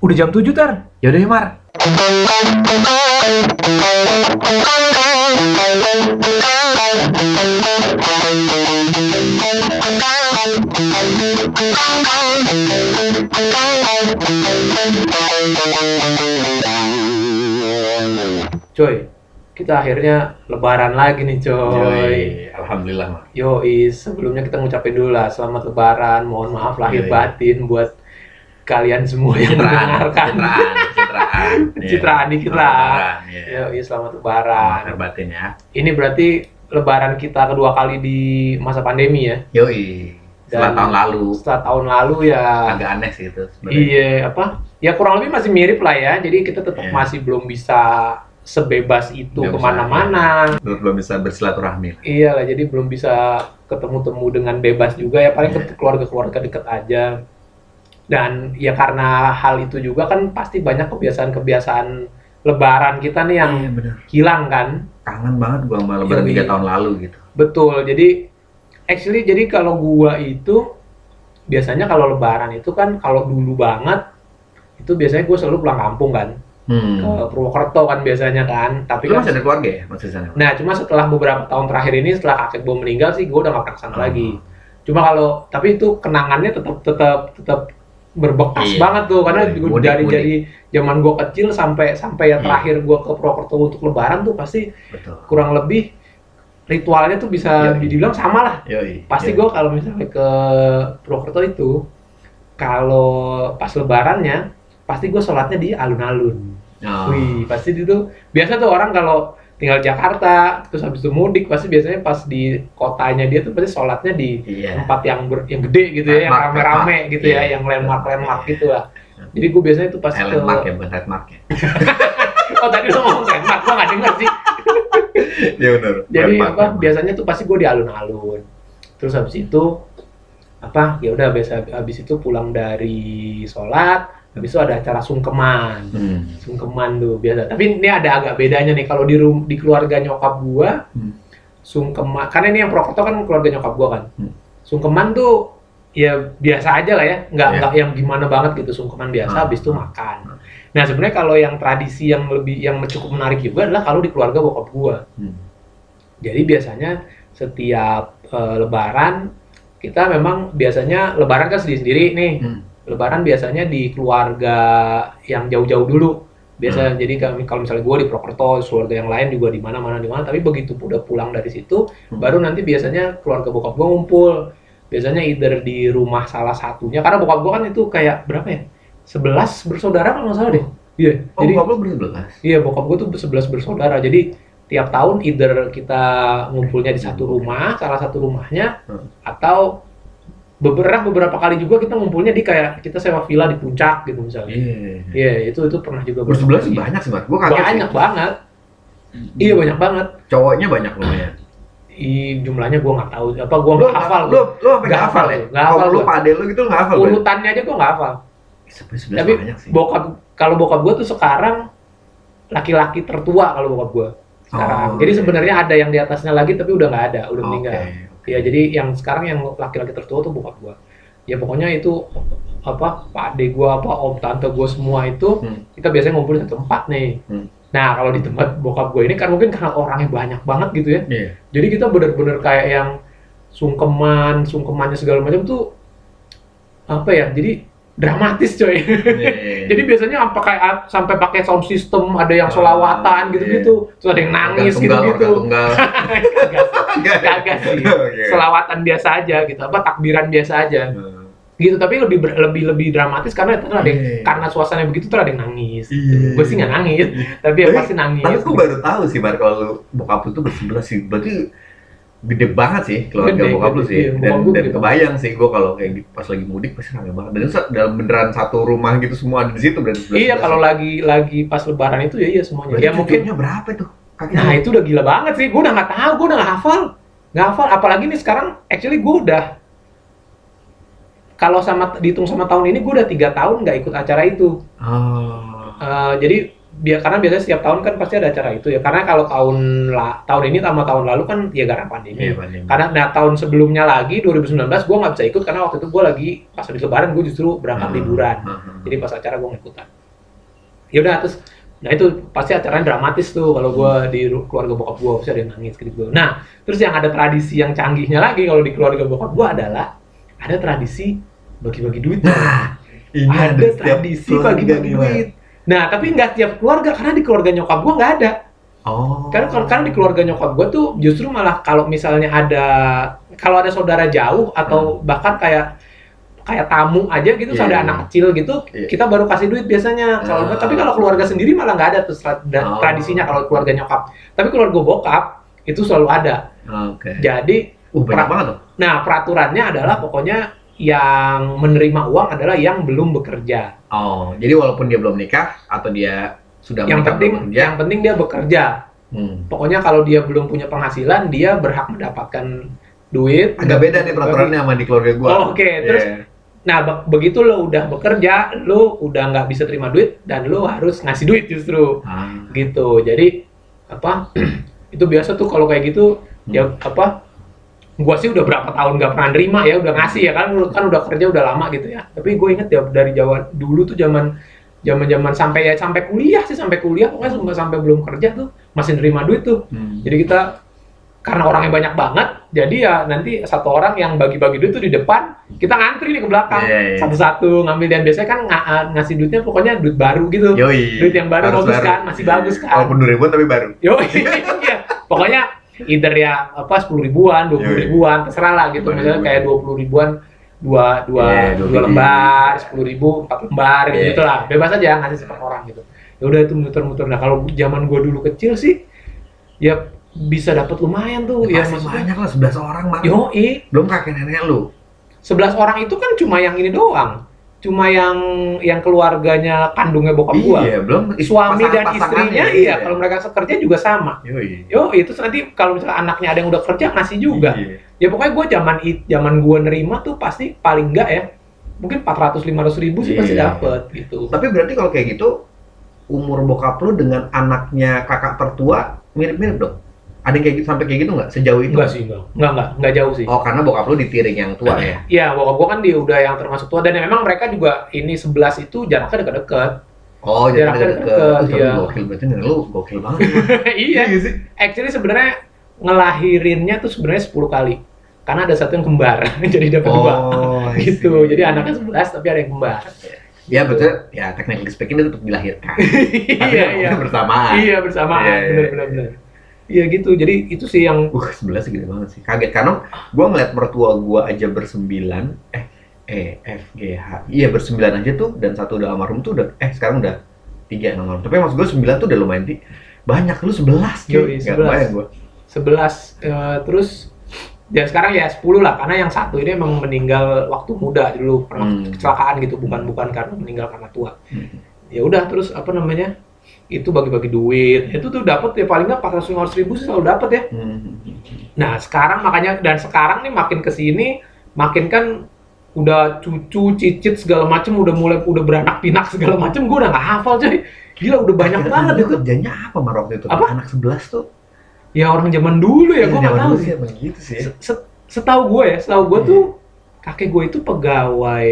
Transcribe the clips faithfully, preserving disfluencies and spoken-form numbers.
Udah jam tujuh, Tar. Yaudah ya, Mar. Coy, kita akhirnya lebaran lagi nih, coy. Yoi, alhamdulillah, Mar. Yoi, sebelumnya kita ngucapin dulu lah selamat lebaran. Mohon maaf lahir Yoi. batin buat kalian semua yang Citraan, mendengarkan. citraan, citraan. Citraan dikit Selamat lah. lebaran, iya. Yoi, selamat lebaran. Lahir batin ya. Ini berarti lebaran kita kedua kali di masa pandemi ya. Yoi. Setelah Dan tahun lalu. Setelah tahun lalu ya. Agak aneh sih itu sebenarnya. Iya, apa? Ya kurang lebih masih mirip lah ya. Jadi kita tetap Iya. masih belum bisa sebebas itu Nggak bisa, kemana-mana. Belum belum bisa bersilaturahmi. Iya lah, jadi belum bisa ketemu-temu dengan bebas juga ya, paling Iya. ke keluarga-keluarga deket aja. Dan ya karena hal itu juga kan pasti banyak kebiasaan-kebiasaan lebaran kita nih yang Iya, bener. hilang kan. Kangen banget gua sama lebaran Yoi. tiga tahun lalu gitu. Betul, jadi actually jadi kalau gua itu biasanya kalau lebaran itu kan kalau dulu banget itu biasanya gua selalu pulang kampung kan. Hmm. Ke Purwokerto kan biasanya kan. Tapi Lu kan masih ada keluarga ya? Masih di sana? nah, cuma setelah beberapa tahun terakhir ini setelah kakek gue meninggal sih gue udah gak pernah kesana Oh. lagi. Cuma kalau tapi itu kenangannya tetap tetap tetap berbekas Iya. banget tuh karena Mudik, gua mudik, dari mudik. dari zaman gue kecil sampai sampai yang Iya. terakhir gue ke Purwokerto untuk lebaran tuh pasti Betul. kurang lebih ritualnya tuh bisa Yoi. dibilang sama lah. Yoi. Pasti Yoi. gue kalau misalnya ke Purwokerto itu kalau pas lebarannya pasti gue sholatnya di alun-alun. Oh. Wih, pasti itu biasa tuh orang kalau tinggal Jakarta terus habis itu mudik pasti biasanya pas di kotanya dia tuh pasti sholatnya di Iya. tempat yang ber, yang gede gitu ya, yang Landmark, rame-rame landmark. gitu ya, Iya. yang landmark-landmark Iya. gitu lah. Jadi gue biasanya tuh pas Eh, ke landmark ya, bukan landmark ya. oh tadi lo ngomong landmark, gue nggak denger sih. Iya benar. Jadi Landmark, apa? landmark. Biasanya tuh pasti gue di alun-alun. Terus habis itu apa? Ya udah biasa habis itu pulang dari sholat, habis itu ada acara sungkeman. Hmm. Sungkeman tuh biasa. Tapi ini ada agak bedanya nih kalau di rum, di keluarga nyokap gua, Hmm. sungkeman. Karena ini yang Purwokerto kan keluarga nyokap gua kan. Hmm. Sungkeman tuh ya biasa aja lah ya, nggak Iya. nggak yang gimana banget gitu. Sungkeman biasa, Hmm. habis itu makan. Nah sebenarnya kalau yang tradisi yang lebih yang cukup menarik juga adalah kalau di keluarga bokap gua. Hmm. Jadi biasanya setiap eh, Lebaran kita memang biasanya Lebaran kan sendiri-sendiri nih. Hmm. Lebaran biasanya di keluarga yang jauh-jauh dulu. Biasa Hmm. jadi kami kalau misalnya gue di Purwokerto, keluarga yang lain juga di mana-mana di mana. Tapi begitu udah pulang dari situ, Hmm. baru nanti biasanya keluarga bokap gue ngumpul. Biasanya either di rumah salah satunya. Karena bokap gue kan itu kayak berapa ya? sebelas bersaudara kalau nggak salah deh. Iya. Oh, Jadi bokap lu bersebelas? iya bokap gue tuh sebelas bersaudara. Jadi tiap tahun either kita ngumpulnya di satu rumah, salah satu rumahnya, Hmm. atau beberapa beberapa kali juga kita ngumpulnya di kayak kita sewa villa di puncak gitu misalnya. Iya. Iya, itu itu pernah juga Bersebelas sih beberapa banyak sih, Mar. Gua kali. kaget Banyak sih. banget. Iya, banyak banget. Cowoknya banyak lumayan. I, jumlahnya gua nggak tahu apa gua Lu nggak hafal. Lu lu apa Nggak nggak hafal hafal, ya? nggak hafal Kalau lu gua. pade lu gitu lu nggak hafal. Bray? Urutannya aja gua nggak hafal. Sampai sebelas Tapi banyak sih. bokap kalau bokap gua tuh sekarang laki-laki tertua kalau bokap gua sekarang. Oh, Jadi iya. sebenarnya ada yang di atasnya lagi tapi udah nggak ada, udah Oke, meninggal. oke. Ya jadi yang sekarang yang laki-laki tertua tuh bokap gua. Ya pokoknya itu apa pak ade gua apa om tante gua semua itu Hmm. kita biasanya ngumpul di satu tempat nih. Hmm. Nah kalau di tempat bokap gua ini kan mungkin karena orangnya banyak banget gitu ya. Iya. Jadi kita bener-bener kayak yang sungkeman, sungkemannya segala macam tuh apa ya? Jadi dramatis coy. Iya. Jadi biasanya apa kayak sampai pakai sound system, ada yang Oh, solawatan iya. gitu-gitu, terus ada yang nangis Organ tunggal, gitu-gitu. organ tunggal. Kagak sih. Kagak sih. Oke. Selawatan biasa aja gitu, apa takbiran biasa aja. Hmm. Gitu, tapi lebih ber- lebih lebih dramatis karena itu ada yang, Iya. karena suasana begitu tuh ada yang nangis. Iya. Gue sih nggak nangis, tapi ya Tapi- pasti nangis. Tapi aku baru tahu sih, Mar, kalau lu bokap lu tuh bersebelas sih. Berarti gede banget sih keluarga Gede, bokap lu gede. sih. Iya, Dan, bokap gua dan gede kebayang sih gua kalau kayak gitu, pas lagi mudik pasti rame banget. Dan itu sa- dalam beneran satu rumah gitu semua ada di situ berarti. Iya, kalau lagi lagi pas lebaran itu ya iya semuanya. Berarti Ya mungkin. cucunya berapa itu? Kakek Nah lu? itu udah gila banget sih. Gue udah nggak tahu, gue udah nggak hafal, nggak hafal. Apalagi nih sekarang, actually gue udah kalau sama dihitung sama tahun ini gue udah tiga tahun nggak ikut acara itu. Oh. Eh, jadi biar karena biasanya setiap tahun kan pasti ada acara itu ya. Karena kalau tahun la, tahun ini sama tahun lalu kan ya karena pandemi. Iya, pandemi. Karena nah tahun sebelumnya lagi dua ribu sembilan belas gue nggak bisa ikut karena waktu itu gue lagi pas habis lebaran gue justru berangkat Hmm, liburan. hmm, hmm. Jadi pas acara gue nggak ikutan. Ya udah terus, nah itu pasti acaranya dramatis tuh kalau gue di ru- keluarga bokap gue pasti ada yang nangis gitu. Nah terus yang ada tradisi yang canggihnya lagi kalau di keluarga bokap gue adalah ada tradisi bagi-bagi duit. Nah, ini ada setiap tradisi keluarga bagi-bagi nih, Mas. duit. Nah, tapi nggak tiap keluarga, karena di keluarga nyokap gue nggak ada. Oh. Karena kalau karena di keluarga nyokap gue tuh justru malah kalau misalnya ada kalau ada saudara jauh atau bahkan kayak kayak tamu aja gitu, Iya, yeah, ada iya. anak kecil gitu, Iya. kita baru kasih duit biasanya. Kalau Ah. tapi kalau keluarga sendiri malah nggak ada tuh tra- da- Oh. tradisinya kalau keluarga nyokap. Tapi keluarga bokap itu selalu ada. Oke. Jadi, Uh, banyak pra- banget tuh. nah peraturannya adalah pokoknya yang menerima uang adalah yang belum bekerja. Oh, jadi walaupun dia belum nikah atau dia sudah Yang menikah penting, belum bekerja, yang penting dia bekerja. hmm. Pokoknya kalau dia belum punya penghasilan, dia berhak mendapatkan duit. agak beda nih peraturannya sama di keluarga gua. Oh, oke. Terus, Iya. nah be- begitu lo udah bekerja, lo udah nggak bisa terima duit dan lo harus ngasih duit justru, Ah. gitu. Jadi apa? Itu biasa tuh kalau kayak gitu, ya apa? Gua sih udah berapa tahun nggak pernah nerima ya, udah ngasih ya kan, kan udah kerja udah lama gitu ya. Tapi gue inget ya dari Jawa dulu tuh zaman zaman zaman sampai ya sampai kuliah sih sampai kuliah pokoknya sampai sampai belum kerja tuh masih nerima duit tuh. Hmm. Jadi kita karena orangnya banyak banget, jadi ya nanti satu orang yang bagi-bagi duit tuh di depan, kita ngantri nih ke belakang, Iya, iya. satu-satu ngambil dan biasanya kan nga- ngasih duitnya pokoknya duit baru gitu, Yoi. duit yang baru Harus bagus kan, masih bagus kan. Walaupun dua ribuan tapi baru. Yo iya, pokoknya either ya apa sepuluh ribuan, dua puluh Yoi. ribuan, terserah lah gitu, dua misalnya ribuan. kayak dua puluh ribuan, dua dua Iya, dua dua biji. lembar, sepuluh ribu, empat lembar gitu, Iya. gitu lah, bebas aja ngasih per orang gitu. Ya udah itu muter-muter. Nah kalau zaman gua dulu kecil sih, ya bisa dapat lumayan tuh, ya Masih maksudnya. banyak lah, sebelas orang malah. Yoi, Belum kakek nenek lu. sebelas orang itu kan cuma yang ini doang. Cuma yang yang keluarganya kandungnya bokap gua. Iya, belum is- Suami dan pasangan-pasangannya, istrinya iya, kalau mereka kerja juga sama. Yoi. Yo, itu nanti kalau misalnya anaknya ada yang udah kerja ngasih juga. Iya. Ya pokoknya gua zaman it- zaman gua nerima tuh pasti paling enggak ya. Mungkin empat ratus lima ratus ribu sih pasti Iya. dapet gitu. Tapi berarti kalau kayak gitu, umur bokap lu dengan anaknya kakak tertua mirip-mirip dong? Ada yang kayak gitu, sampai kayak gitu nggak? Sejauh itu? Enggak sih, enggak. Enggak, enggak, enggak jauh sih. Oh, karena bokap lu ditiring yang tua ya? Iya, bokap gua kan dia udah yang termasuk tua dan memang mereka juga ini sebelas itu jaraknya dekat-dekat. Oh, jadi Jaraknya deket deket, Oh, tapi iya. gokil, berarti nenek lu gokil banget. Iya. Iya sih. Actually sebenarnya ngelahirinnya tuh sebenarnya sepuluh kali. Karena ada satu yang kembar. Jadi dapat dua. Oh, I Gitu. see. Jadi anaknya sebelas tapi ada yang kembar. Ya betul, ya technically speaking dia tetap dilahirkan. Tapi Iya, iya. ngomongnya bersamaan. Iya, bersamaan. Iya, iya, Benar iya. benar benar. Iya gitu. Jadi itu sih yang Uh, sebelas gede banget sih. Kaget karena gua ngeliat mertua gua aja bersembilan, eh E, F, G, H. Iya bersembilan aja tuh, dan satu udah almarhum tuh udah, eh sekarang udah tiga yang almarhum. Tapi maksud gua sembilan tuh udah lumayan ti. Banyak, lu sebelas Yoi, cuy. Nggak sebelas. bayang gua. sebelas eh, terus dan sekarang ya sepuluh lah karena yang satu ini emang meninggal waktu muda dulu pernah Hmm. kecelakaan gitu bukan bukan karena meninggal karena tua. Hmm. Ya udah terus apa namanya? Itu bagi-bagi duit. Itu tuh dapat ya paling nggak empat ratus lima ratus ribu sih selalu dapat ya. Hmm. Nah, sekarang makanya dan sekarang nih makin kesini makin kan udah cucu, cicit segala macem udah mulai udah beranak pinak segala macem gue udah nggak hafal coy. Gila udah banyak Akhirnya banget lu itu. kerjanya apa Marok itu? Apa? Anak sebelas tuh. Ya orang zaman dulu ya, gue nggak zaman tahu dulu sih. emang gitu sih. Se- se- Setahu gue ya, setahu gue Hmm. tuh kakek gue itu pegawai,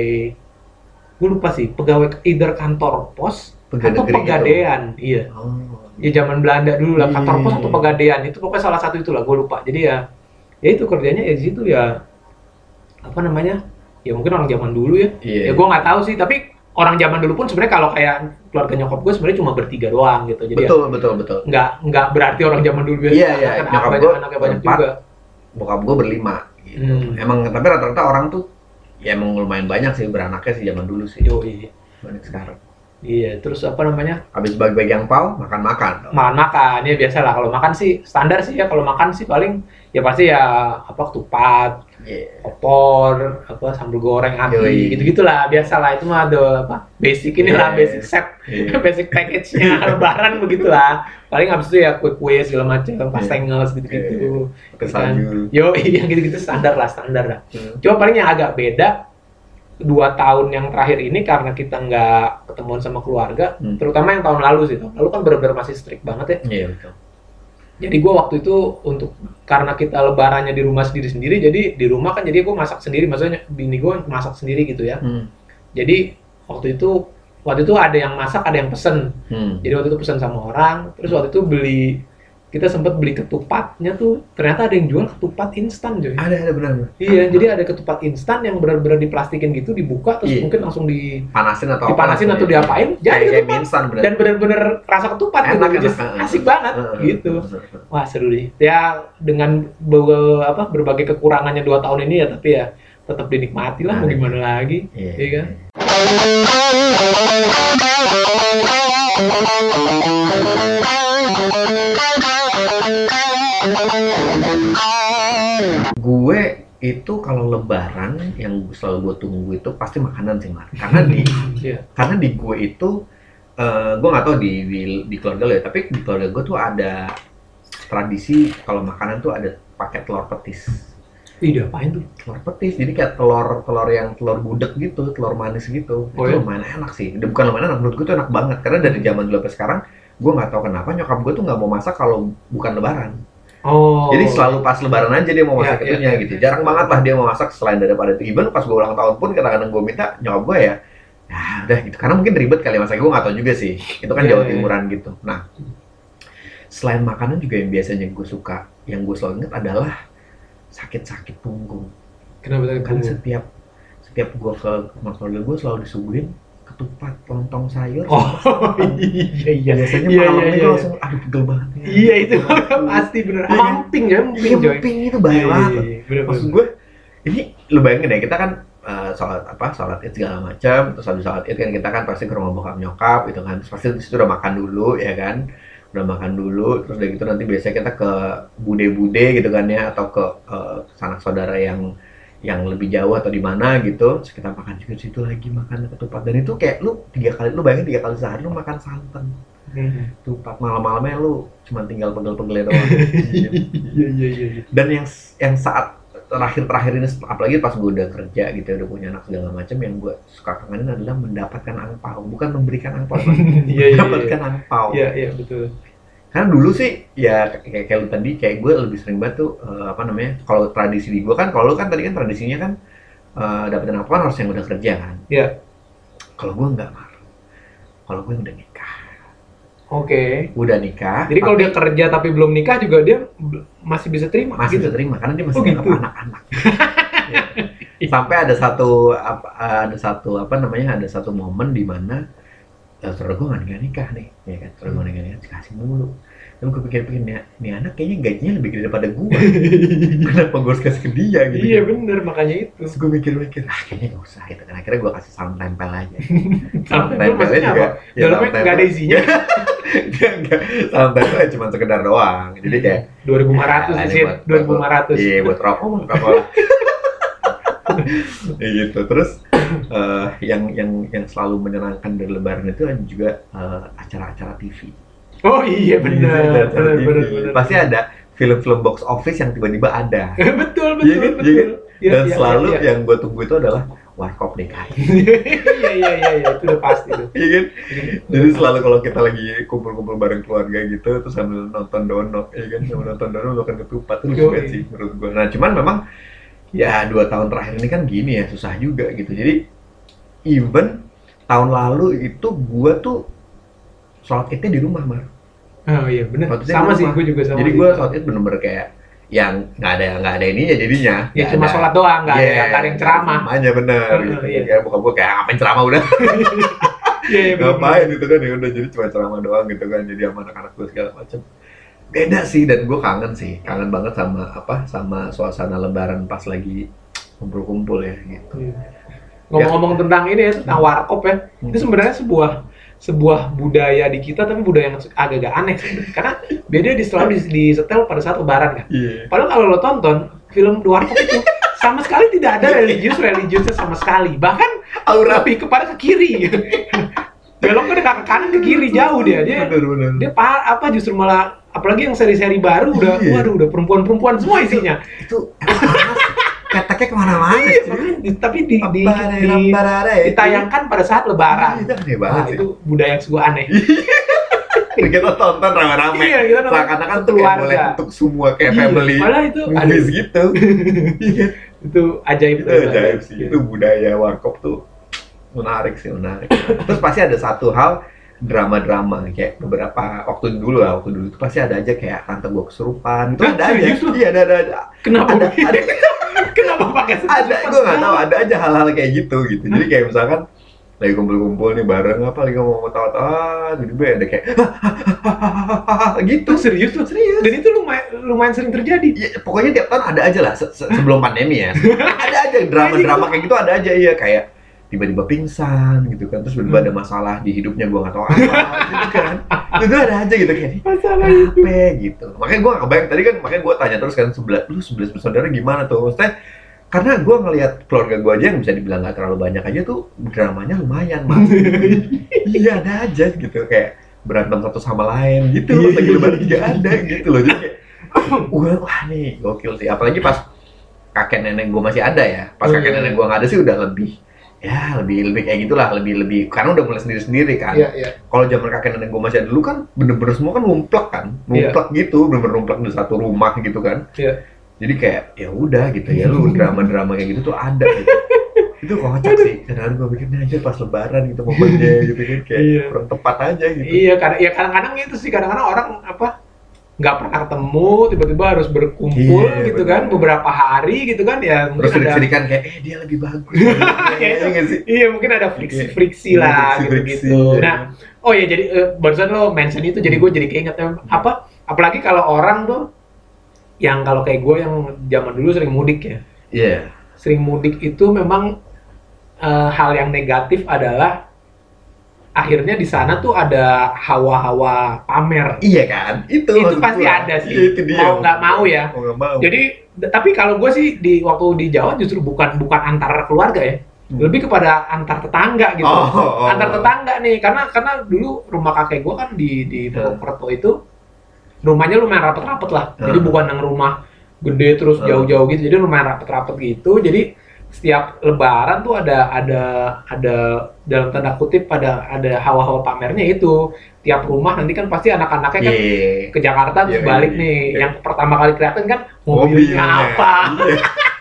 gue lupa sih, pegawai either kantor pos Pegawai atau negeri gitu. pegadaian, iya. Oh. Ya zaman Belanda dulu lah, kantor pos Hmm. atau pegadaian itu pokoknya salah satu itulah, gue lupa. Jadi ya, ya itu kerjanya ya di situ ya, apa namanya? Ya mungkin orang zaman dulu ya. Iya. Ya gue nggak tahu sih, tapi orang zaman dulu pun sebenarnya kalau kayak keluarga nyokap gue sebenarnya cuma bertiga doang gitu. Jadi Betul, betul, betul. ya nggak nggak berarti orang zaman dulu biasa. Iya, iya. Kan Nyokap banyak gue anaknya banyak berempat. juga. Bokap gue berlima gitu. Hmm. Emang tapi rata-rata orang tuh ya emang lumayan banyak sih beranaknya sih zaman dulu sih. Yoi. Banyak sekarang. Iya, terus apa namanya? Habis bagi-bagi yang pau, makan-makan. Makan-makan, ya biasa lah. Kalau makan sih standar sih ya. Kalau makan sih paling ya pasti ya apa ketupat, Iya. opor, apa sambal goreng Yoi. ati, gitu-gitulah. Biasa lah itu mah ada apa basic inilah, Yes. basic set, Iya. basic package-nya lebaran begitulah. Paling habis itu ya kue-kue segala macam, pastengels gitu-gitu. Pakai Kan? salju. Yo, yang gitu-gitu standar lah, standar lah. Hmm. Cuma paling yang agak beda dua tahun yang terakhir ini karena kita nggak ketemuan sama keluarga, hmm. terutama yang tahun lalu sih, tahun lalu kan benar-benar masih strict banget ya. Iya betul. Jadi gue waktu itu untuk karena kita lebarannya di rumah sendiri-sendiri, jadi di rumah kan jadi gue masak sendiri, maksudnya bini gue masak sendiri gitu ya. Hmm. Jadi waktu itu waktu itu ada yang masak, ada yang pesen. Hmm. Jadi waktu itu pesen sama orang, terus waktu itu beli kita sempat beli ketupatnya tuh, ternyata ada yang jual ketupat instan coy. Ada, ada benar. Iya, jadi ada ketupat instan yang benar-benar diplastikin gitu, dibuka terus iya. mungkin langsung dipanasin atau dipanasin apa, atau ya. diapain, jadi ketupat instan bener. Dan benar-benar rasa ketupat enak, gitu, enak, asik enak. banget uh, gitu. Uh, uh, uh. Wah seru deh. Ya dengan be- apa berbagai kekurangannya dua tahun ini ya, tapi ya tetap dinikmati lah, mau gimana lagi, iya yeah. kan? Gue itu kalau lebaran yang selalu gue tunggu itu pasti makanan sih Mar. Karena di yeah. karena di gue itu uh, gue nggak tahu di, di di keluarga lo ya, tapi di keluarga gue tuh ada tradisi kalau makanan tuh ada pakai telur petis. Iya, apain tuh? Telur petis, jadi kayak telur telur yang telur gudeg gitu, telur manis gitu. Oh, itu ya? Lumayan enak sih. Bukan lumayan enak, menurut gue tuh enak banget. Karena dari zaman dulu sampai sekarang, gue nggak tahu kenapa nyokap gue tuh nggak mau masak kalau bukan lebaran. Oh. Jadi selalu pas lebaran aja dia mau masak ya, itunya ya, gitu. Ya, Jarang ya. banget lah dia mau masak selain daripada itu. Even pas gue ulang tahun pun kadang-kadang gue minta nyokap gue ya, ya udah gitu. Karena mungkin ribet kali masaknya, gue nggak tahu juga sih. Itu kan ya, Jawa Timuran ya. gitu. Nah, selain makanan juga yang biasanya gue suka, yang gue selalu inget adalah sakit-sakit punggung. Kenapa sakit kan setiap setiap gue ke rumah keluarga gue selalu disuguhin ketupat, lontong sayur. Oh iya iya. Biasanya iya, malamnya iya, gue iya. langsung aduh pegel banget. Ya. Iya itu pasti bener. Iya, Emping ya, emping Joy. Emping itu bahaya banget. Iya, iya, iya. Maksud gue ini lu bayangin ya, kita kan uh, sholat apa sholat id segala macam, terus habis sholat id kan kita kan pasti ke rumah bokap nyokap gitu kan, terus pasti di situ udah makan dulu ya kan. Udah makan dulu, terus udah gitu nanti biasanya kita ke bude-bude gitu kan ya, atau ke uh, sanak saudara yang yang lebih jauh atau di mana gitu, terus kita makan juga di situ lagi makan ketupat. Dan itu kayak lu tiga kali, lu bayangin tiga kali sehari lu makan santan, hmm. ketupat, malam-malamnya lu cuma tinggal pegel-pegelnya doang. Iya iya iya. Dan yang yang saat terakhir-terakhir ini, apalagi pas gue udah kerja gitu, udah punya anak segala macam, yang gue suka kangenin adalah mendapatkan angpau, bukan memberikan angpau, iya, mendapatkan iya, angpau. Iya iya betul. Karena dulu sih ya kayak kayak lu tadi, kayak gue lebih sering banget tuh uh, apa namanya, kalau tradisi di gue kan, kalau lu kan tadi kan tradisinya kan uh, dapetin angpau kan harus yang udah kerja kan. Iya. Kalau gue enggak, Mar. Kalau gue udah nikah. Oke. Okay. Udah nikah. Jadi kalau dia kerja tapi belum nikah juga dia masih bisa terima. Masih gitu? bisa terima karena dia masih oh, nganggap gitu? anak-anak. Ya. Sampai ada satu apa, ada satu apa namanya, ada satu momen di mana uh, saudara gue nggak nikah nikah nih, ya kan? Saudara gue nikah nikah dikasih mulu. Lalu gue pikir-pikir nih, nih anak kayaknya gajinya lebih gede daripada gue. Kenapa gue harus kasih ke dia gitu? Iya bener, makanya itu. Terus gue mikir-mikir, ah kayaknya gak usah gitu kan. Akhirnya gue kasih salam tempel aja. Salam tempelnya juga, ya, dalamnya nggak ada isinya. Enggak, salam tempel cuma sekedar doang. Jadi kayak dua ribu lima ratus sih, dua ribu lima ratus. Iya, buat rokok, buat rokok lah. Ya gitu. Terus uh, yang yang yang selalu menyenangkan dari lebaran itu juga uh, acara-acara T V. Oh iya benar, benar, benar, benar. Pasti ada film-film box office yang tiba-tiba ada. betul, betul, ya, kan? betul. Ya, kan? Ya, Dan ya, selalu ya, ya. yang gue tunggu itu adalah Warkop D K I. Iya, iya, iya, iya, itu udah pasti tuh. Iya kan? Jadi selalu kalau kita lagi kumpul-kumpul bareng keluarga gitu, terus sambil nonton dono, ya kan? Sambil nonton dono, makan ketupat, itu lucu banget sih menurut gue. Nah cuman memang, ya dua tahun terakhir ini kan gini ya, susah juga gitu. Jadi, even tahun lalu itu gue tuh sholat idnya di rumah, Mar. Oh iya benar. Sama sih, gue juga sama. Jadi gue sholat id bener-bener kayak yang nggak ada nggak ada ininya jadinya. Ya cuma ada. Sholat doang, nggak yeah, ada nggak ada yang ceramah. Makanya bener. Oh, gitu. Iya. Kayak bukan gue kayak ngapain ceramah udah. Iya yeah, ngapain gitu kan, ya udah jadi cuma ceramah doang gitu kan. Jadi sama anak-anak gue segala macam. Beda sih, dan gue kangen sih, kangen banget sama apa, sama suasana lebaran pas lagi kumpul-kumpul ya gitu. Yeah. Ngomong-ngomong ya. Tentang ini ya, tentang warkop ya, hmm. itu sebenarnya sebuah sebuah budaya di kita, tapi budaya yang agak-agak aneh sebenarnya. Karena beda di selalu disetel pada saat lebaran kan. Yeah. Padahal kalau lo tonton film warkop itu sama sekali tidak ada religius religiusnya sama sekali. Bahkan aura lebih kepada ke kiri. Beloknya udah ke kanan ke kiri jauh dia. Dia bener, bener. Dia apa justru malah, apalagi yang seri-seri baru udah, yeah. waduh udah perempuan-perempuan semua isinya. Itu ketek efeknya kemana-mana. Iya, makanya di- tapi di, di, Apa, di- rambara, ya, ditayangkan pada saat lebaran. Itu aneh banget Nah, sih. itu budaya yang sugak aneh. Kita tonton rame-rame. Iya, kita nonton Seakan-akan tuh kayak keluarga. boleh untuk semua kayak Iya, family malah itu movies gitu. Iya. Itu ajaib Itu ajaib sih. Itu budaya warkop tuh menarik sih, menarik. Terus pasti ada satu hal drama-drama kayak beberapa waktu dulu lah, waktu dulu itu pasti ada aja kayak tante gua kesurupan itu Hah, ada aja. serius lu? Iya, ada ada ada. Kenapa? Ada, ada, Kenapa pakai ada, gua nggak tahu, ada aja hal-hal kayak gitu gitu. Jadi kayak misalkan lagi kumpul-kumpul nih bareng apa lagi ngomong tawa-tawa, tiba-tiba ada kayak gitu. Itu serius tuh. Serius. Dan itu lumayan lumayan sering terjadi. Ya, pokoknya tiap tahun ada aja lah se- se- sebelum pandemi ya. Ada aja drama-drama kayak gitu ada aja iya kayak tiba-tiba pingsan gitu kan terus tiba-tiba ada masalah di hidupnya gua nggak tahu apa gitu kan. Itu ada aja gitu kayak Masalah itu. apa gitu. Makanya gua nggak kebayang tadi kan makanya gua tanya terus kan sebelah lu sebelas bersaudara gimana tuh? Maksudnya karena gue ngelihat keluarga gue aja yang bisa dibilang nggak terlalu banyak aja tuh dramanya lumayan mas. Iya ada aja gitu kayak berantem satu sama lain gitu loh lagi lebaran juga ada gitu loh jadi kayak wah, wah nih gokil sih apalagi pas kakek nenek gue masih ada ya pas kakek nenek gue nggak ada sih udah lebih ya lebih lebih kayak gitulah lebih lebih karena udah mulai sendiri sendiri kan. Iya, iya. Kalau zaman kakek nenek gue masih ada dulu kan bener-bener semua kan numplek kan numplek gitu bener-bener numplek di satu rumah gitu kan. Iya. Jadi kayak ya udah gitu ya lu drama-drama kayak gitu tuh ada gitu. Itu kocak sih. Kadang-kadang gue mikirnya aja pas lebaran gitu momennya gitu kan kayak Iya. kurang tepat aja gitu. Iya, kadang ya kadang-kadang itu sih kadang-kadang orang apa nggak pernah ketemu tiba-tiba harus berkumpul Iya, gitu bener. kan beberapa hari gitu kan ya Terus mungkin ada sidik-sidikan kayak eh dia lebih bagus. Ya, itu. Iya nggak sih? Iya mungkin ada friksi-friksi Iya, lah friksi-friksi, gitu-gitu. ya. Nah, oh ya jadi eh, barusan lo mention itu jadi gue jadi keinget eh, apa apalagi kalau orang tuh yang kalau kayak gue yang zaman dulu sering mudik ya. Iya. Sering mudik itu memang eh, hal yang negatif adalah akhirnya di sana tuh ada hawa-hawa pamer. Iya kan? Itu Itu maksud pasti gua. ada sih. Iya, itu dia. Mau nggak mau ya. Mau nggak mau. Jadi d- tapi kalau gue sih di waktu di Jawa justru bukan bukan antar keluarga ya. Hmm. Lebih kepada antar tetangga gitu. Oh, oh. Antar tetangga nih karena karena dulu rumah kakek gue kan di di Purwokerto itu rumahnya lumayan rapet-rapet lah. Jadi Hmm. bukan yang rumah gede terus Hmm. jauh-jauh gitu. Jadi lumayan rapet-rapet gitu. Jadi setiap lebaran tuh ada ada ada dalam tanda kutip ada ada hawa-hawa pamernya itu. Tiap rumah nanti kan pasti anak-anaknya kan Iya. ke Jakarta terus Iya, balik iya, nih. iya. Yang pertama kali kelihatan kan mobilnya, apa. Iya.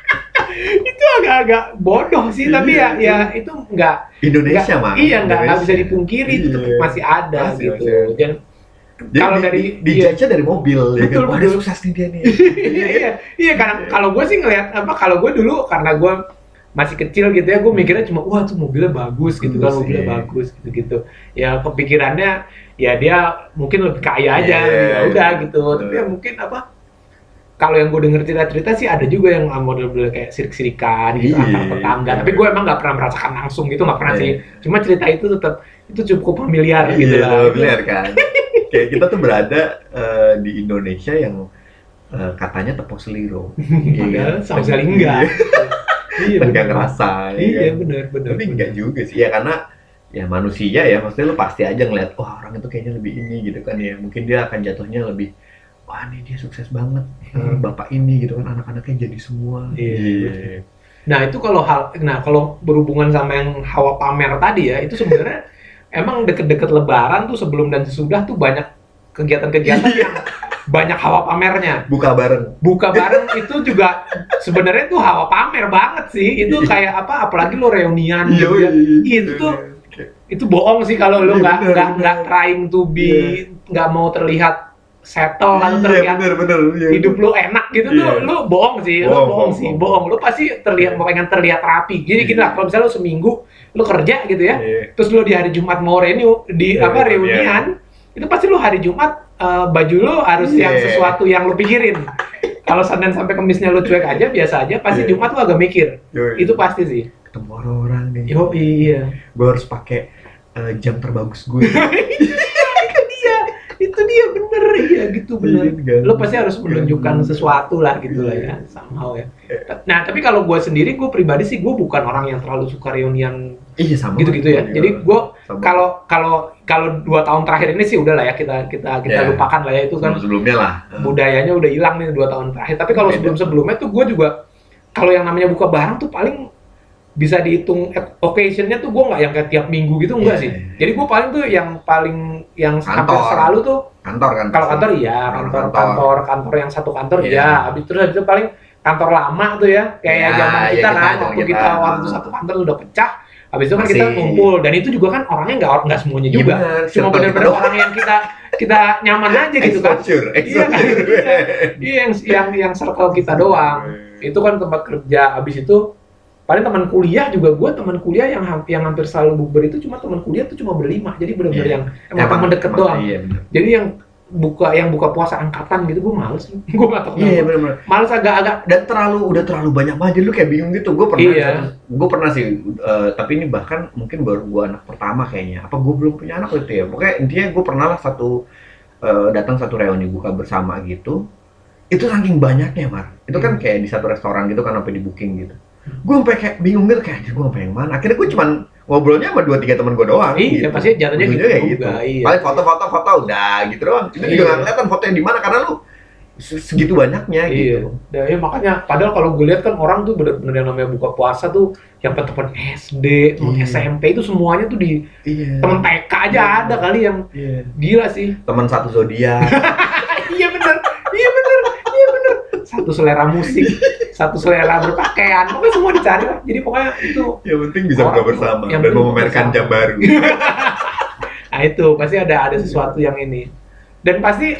Itu agak-agak bodoh sih, tapi ya Iya, ya itu nggak Indonesia nggak- mah. Iya, nggak nggak bisa Indonesia. dipungkiri itu tetap Iya. masih ada Masih, gitu. masih ada. Dan Jadi kalau di, dari di, iya. dijudge-nya dari mobil ya Betul, kan. Wah, betul. dia sukses nih dia nih. iya iya iya karena kalau gue sih ngelihat apa kalau gue dulu karena gue masih kecil gitu ya gue mikirnya cuma wah tuh mobilnya bagus gitu kan Bagus, mobilnya iya. bagus gitu gitu ya kepikirannya ya dia mungkin lebih kaya aja Iya, ya udah iya. gitu tapi ya mungkin apa kalau yang gue denger cerita-cerita sih ada juga yang model-model kayak sirik-sirikan gitu Iya, antar tetangga iya. tapi gue emang nggak pernah merasakan langsung gitu nggak pernah Iya. sih cuma cerita itu tetap itu cukup familiar gitu Iya, lah familiar kan. Kayak kita tuh berada eh, di Indonesia yang eh, katanya tepung seliro. padahal sama sekali enggak iya Dan nggak bener. ngerasa. ya iya kan? benar benar Tapi enggak juga sih ya karena ya manusia ya maksudnya lu pasti aja ngeliat wah orang itu kayaknya lebih ini gitu kan ya mungkin dia akan jatuhnya lebih wah nih dia sukses banget eh, bapak ini gitu kan anak-anaknya jadi semua Iya. Nah itu kalau hal, nah kalau berhubungan sama yang hawa pamer tadi ya, itu sebenarnya emang deket-deket Lebaran tuh sebelum dan sesudah tuh banyak kegiatan-kegiatan yang banyak hawa pamernya. buka bareng Buka bareng itu juga sebenarnya tuh hawa pamer banget sih. Itu kayak apa? Apalagi lo reunian gitu ya. Itu tuh itu bohong sih kalau lo Iya, nggak bener, nggak bener. nggak trying to be nggak mau terlihat settle atau iya terlihat bener bener iya, hidup lu enak gitu tuh Iya. lu bohong sih lu Bohong, bohong bohong, sih bohong. bohong lu pasti terlihat pengen terlihat rapi jadi gini lah kalau misalnya lu seminggu lu kerja gitu ya Iya. terus lu di hari Jumat mau renew di Iya, apa iya. reunian itu pasti lu hari Jumat eh, baju lu harus yang Iya. sesuatu yang lu pikirin kalau Senin sampai Kemisnya lu cuek aja biasa aja pasti Iya. Jumat lu agak mikir Yoi. itu pasti sih ketemu orang-orang nih yo iya gue harus pakai eh, jam terbagus gue itu dia itu dia bener ya gitu bener Iya, lo pasti harus menunjukkan Iya. sesuatu lah gitu lah ya somehow ya nah tapi kalau gue sendiri gue pribadi sih gue bukan orang yang terlalu suka reunian iya sama gitu-gitu ya Iya. jadi gue Sama. kalau kalau kalau dua tahun terakhir ini sih udah lah ya kita kita kita Iya. lupakan lah ya itu kan sebelumnya lah budayanya udah hilang nih dua tahun terakhir tapi kalau Beda. sebelum sebelumnya tuh gue juga kalau yang namanya buka bareng tuh paling bisa dihitung occasion-nya tuh gue nggak yang kayak tiap minggu gitu enggak yeah. sih. Jadi gue paling tuh yang paling yang Kantor. hampir selalu tuh kantor kan. kalau kantor iya, kantor kantor. kantor kantor yang satu kantor Yeah. iya. Habis itu habis itu paling kantor lama tuh ya, kayak Yeah, zaman yeah, kita kita, kan zaman waktu kita. kita waktu itu satu kantor udah pecah. Habis itu kan Masih. kita ngumpul dan itu juga kan orangnya nggak nggak semuanya Iya juga. bener, Cuma circle benar-benar kita doang. orang yang kita kita nyaman aja gitu kan. Exposure, Iya kan? exposure. Iya yang yang yang circle kita doang. Itu kan tempat kerja. Habis itu paling teman kuliah juga gue teman kuliah yang hampir yang hampir selalu bukber itu cuma teman kuliah tuh cuma berlima. Jadi benar-benar Iya. yang emang teman deket emang, doang. Iya, bener. Jadi yang buka yang buka puasa angkatan gitu gue males. Gue nggak tahu Iya, kenapa. benar-benar. Males agak-agak. Dan terlalu udah terlalu banyak banget jadi lu kayak bingung gitu. Gue pernah Iya. gue pernah sih eh, tapi ini bahkan mungkin baru gue anak pertama kayaknya. Apa gue belum punya anak gitu ya. Pokoknya intinya gue pernah lah satu eh, datang satu reuni buka bersama gitu. Itu saking banyaknya, Mar. Itu kan kayak di satu restoran gitu kan sampai di booking gitu. Gue sampai kayak bingung gitu kayak anjir gue sampai yang mana. Akhirnya gue cuman ngobrolnya sama dua tiga teman gue doang. Iya, gitu. pasti jatuhnya gitu Ujungnya kayak juga, iya. Paling foto-foto foto udah gitu doang. Itu Iya. juga nggak kelihatan fotonya di mana karena lu se- segitu banyaknya Iya. gitu. Dan ya, makanya padahal kalau gue lihat kan orang tuh bener-bener yang namanya buka puasa tuh yang teman S D, teman Iya. S M P itu semuanya tuh di Iya. temen T K aja ada kali yang Iya. gila sih. Teman satu zodiak. Iya bener, iya bener, iya bener. Satu selera musik, satu selera berpakaian, pokoknya semua dicari lah. Jadi pokoknya itu. Yang penting bisa buka Orang bersama yang dan penting memamerkan bersama. jam baru. Nah itu pasti ada ada sesuatu yang ini. Dan pasti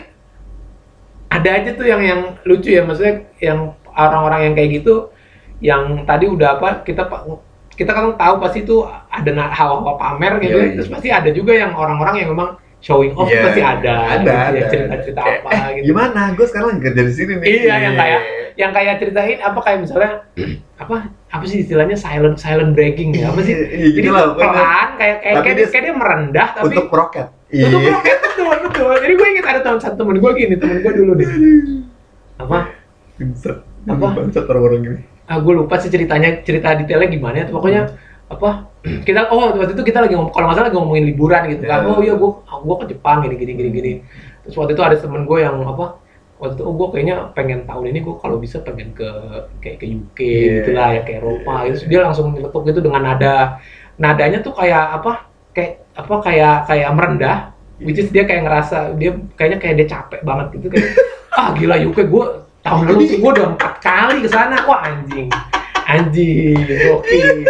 ada aja tuh yang yang lucu ya, maksudnya yang orang-orang yang kayak gitu, yang tadi udah apa kita pa- kita kan tahu pasti itu ada na- hawa-hawa pamer gitu Iya, ya. iya. Terus pasti ada juga yang orang-orang yang memang showing off Iya, pasti ada, ada, gitu ya, ada. cerita-cerita Kayak, apa eh, gitu. Gimana? Gue sekarang lagi kerja di sini nih. Iya, yang kayak yang kayak ceritain apa kayak misalnya apa apa sih istilahnya silent silent breaking ya apa sih? Iya, iya, Jadi gitu lah, pokoknya. pelan kayak kayak Tapi kayak dia- dia, kayak dia merendah tapi Untuk roket. untuk roket betul betul. Jadi gue inget ada teman satu temen gue gini temen gue dulu deh apa Bangsat. Apa? Bangsat orang-orang gini. ah gue lupa sih ceritanya cerita detailnya gimana ya pokoknya apa kita oh waktu itu kita lagi ngomong kalau nggak salah lagi ngomongin liburan gitu kan Ya. oh iya gue gue ke Jepang gini gini gini gini terus waktu itu ada temen gue yang apa waktu itu oh gue kayaknya pengen tahun ini gue kalau bisa pengen ke kayak ke U K Yeah. gitulah ya ke Eropa gitu. Terus dia langsung nyeletuk gitu dengan nada nadanya tuh kayak apa kayak apa kayak kayak merendah which is dia kayak ngerasa dia kayaknya kayak dia capek banget gitu kayak ah gila U K gue tahun lalu tuh gue udah empat kali ke sana wah anjing anjing gokil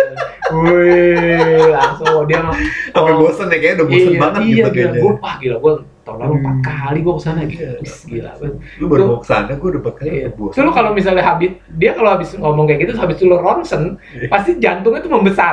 wih langsung dia mah Sampai bosen ya, kayaknya udah bosen iya, banget iya, gitu gila. kayaknya. Gue, wah gila, gue tahun lalu empat Hmm. kali gue kesana gitu. Iya. Wih, gila. Lu baru Tuh. mau kesana, gue udah empat kali Iya. udah bosen. Terus lu kalau misalnya habis, dia kalau habis ngomong kayak gitu, habis itu lu ronsen, Iya. pasti jantungnya tuh membesar.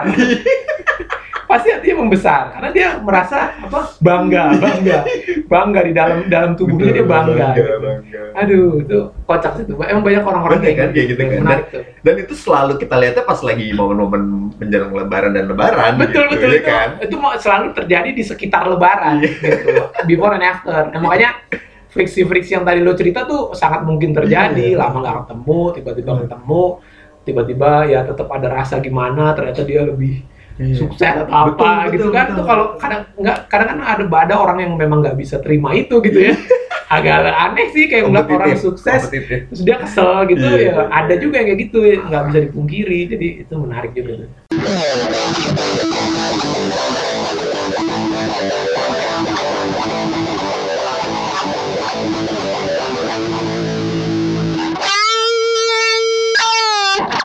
Pasti hatinya membesar, karena dia merasa apa bangga, bangga, bangga di dalam dalam tubuhnya dia bangga. gitu. bangga. Aduh, itu kocak sih tuh. Emang banyak orang-orang Banyak kan, kayak gitu kan. Menarik tuh. Dan itu selalu kita lihatnya pas lagi momen-momen menjelang lebaran dan lebaran Betul gitu, betul ya itu kan? itu mau selalu terjadi di sekitar Lebaran gitu, before and after. Nah, makanya friksi-friksi yang tadi lo cerita tuh sangat mungkin terjadi. Iya. Lama nggak ketemu, tiba-tiba Hmm. ketemu, tiba-tiba ya tetap ada rasa gimana. Ternyata dia lebih Iya. sukses atau apa Betul, gitu betul, kan. betul. Tuh kalau kadang nggak kadang kan ada ada orang yang memang nggak bisa terima itu gitu ya. Agak aneh sih kayak ngeliat orang Kompetitif, sukses kompetitif. terus dia kesel gitu Iya, ya. iya. Ada juga yang kayak gitu nggak bisa dipungkiri. Jadi itu menarik juga.